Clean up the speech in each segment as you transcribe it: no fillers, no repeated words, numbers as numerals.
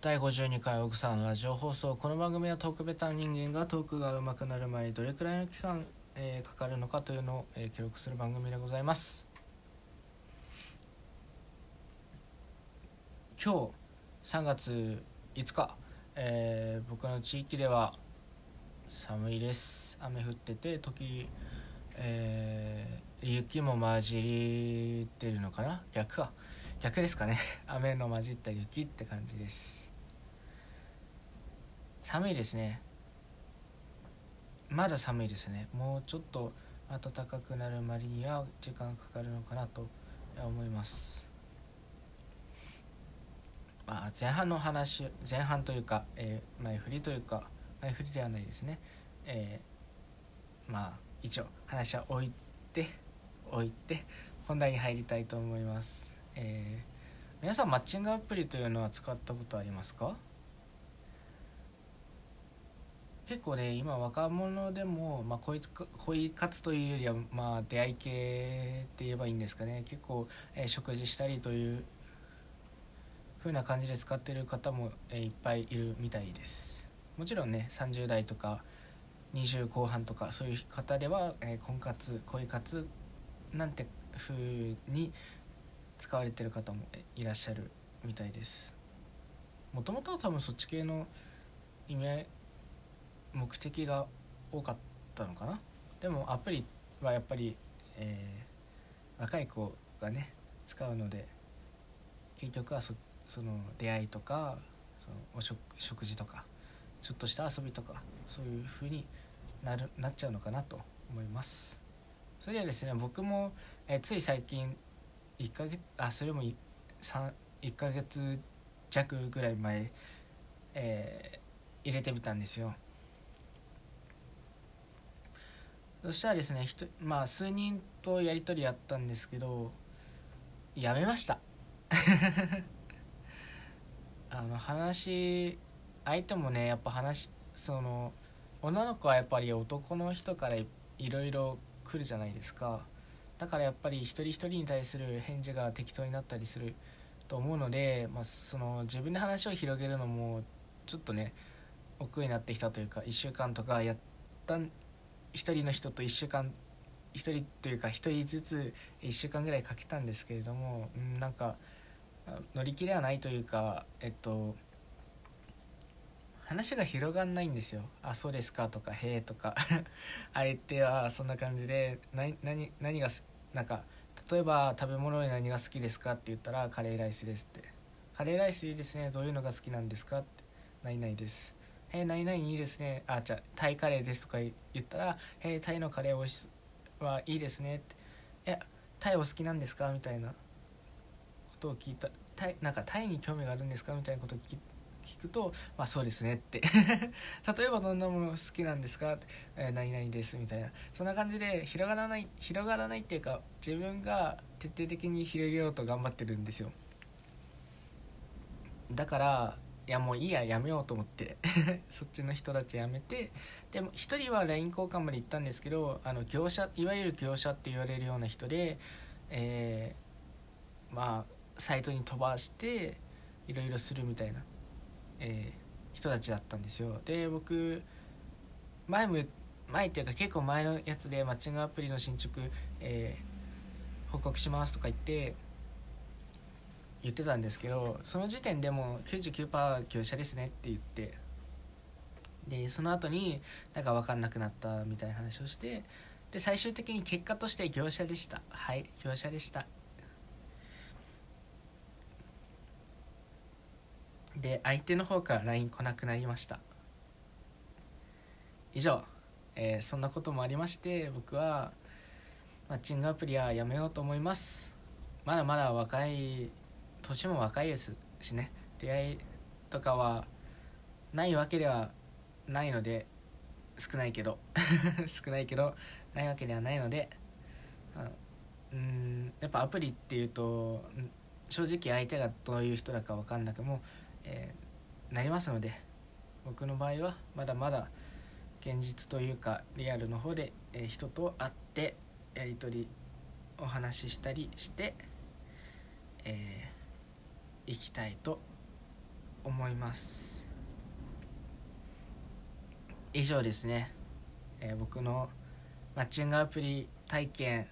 第52回奥さんのラジオ放送。この番組はトークベター人間がトークが上手くなる前にどれくらいの期間、かかるのかというのを、記録する番組でございます。今日3月5日、僕の地域では寒いです。雨降ってて雪も混じってるのかな、逆ですかね雨の混じった雪って感じです。寒いですね。まだ寒いですね。もうちょっと暖かくなるまでには時間かかるのかなと思います。前半というか、前振りではないですね。一応話は置いて本題に入りたいと思います。皆さんマッチングアプリというのは使ったことありますか？結構ね、今若者でも、恋活というよりは、出会い系って言えばいいんですかね。結構、食事したりという風な感じで使っている方も、いっぱいいるみたいです。もちろんね、30代とか20後半とかそういう方では、婚活恋活なんて風に使われている方もいらっしゃるみたいです。もともとは多分そっち系の意味合い目的が多かったのかな。でもアプリはやっぱり、若い子がね使うので、結局はその出会いとか食事とかちょっとした遊びとかそういう風になっちゃうのかなと思います。それではですね、僕も、つい最近1ヶ月それも1ヶ月弱ぐらい前、入れてみたんですよ。そしたらですね、数人とやり取りやったんですけど、やめました相手もね、やっぱ女の子はやっぱり男の人からいろいろ来るじゃないですか。だからやっぱり一人一人に対する返事が適当になったりすると思うので、自分で話を広げるのもちょっとね億劫になってきたというか、1週間とか一人の人と一人というか一人ずつ1週間ぐらいかけたんですけれども、なんか乗り気ではないというか、話が広がんないんですよ。そうですかとかへーとか相手はそんな感じで何がなんか、例えば食べ物で何が好きですかって言ったらカレーライスですって。カレーライスいいですね。どういうのが好きなんですかって。何々です。何々いいですね。タイカレーですとか言ったら、タイのカレーはいいですねって。タイお好きなんですかみたいなことを聞いた。タイに興味があるんですかみたいなことを聞くと、そうですねって例えばどんなもの好きなんですかって、何々ですみたいな、そんな感じで広がらないっていうか、自分が徹底的に広げようと頑張ってるんですよ。だからもういいや、やめようと思ってそっちの人たちやめて、でも一人は LINE 交換まで行ったんですけど、いわゆる業者って言われるような人で、サイトに飛ばしていろいろするみたいな、人たちだったんですよ。で、僕前っていうか結構前のやつでマッチングアプリの進捗、報告しますとか言ってたんですけど、その時点でも 99% 業者ですねって言って、でその後に分かんなくなったみたいな話をして、で最終的に結果として業者でした。はい、業者でした。で相手の方から LINE 来なくなりました。以上、そんなこともありまして、僕はマッチングアプリはやめようと思います。まだまだ年も若いですしね、出会いとかはないわけではないので、少ないけどないわけではないので、やっぱアプリっていうと正直相手がどういう人だか分かんなくも、なりますので、僕の場合はまだまだ現実というかリアルの方で、人と会ってやり取りお話ししたりして、いきたいと思います。以上ですね、僕のマッチングアプリ体験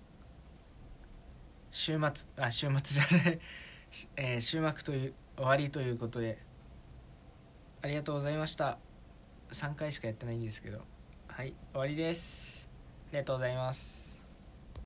週末じゃない終幕という終わりということで、ありがとうございました。3回しかやってないんですけど、はい、終わりです。ありがとうございます。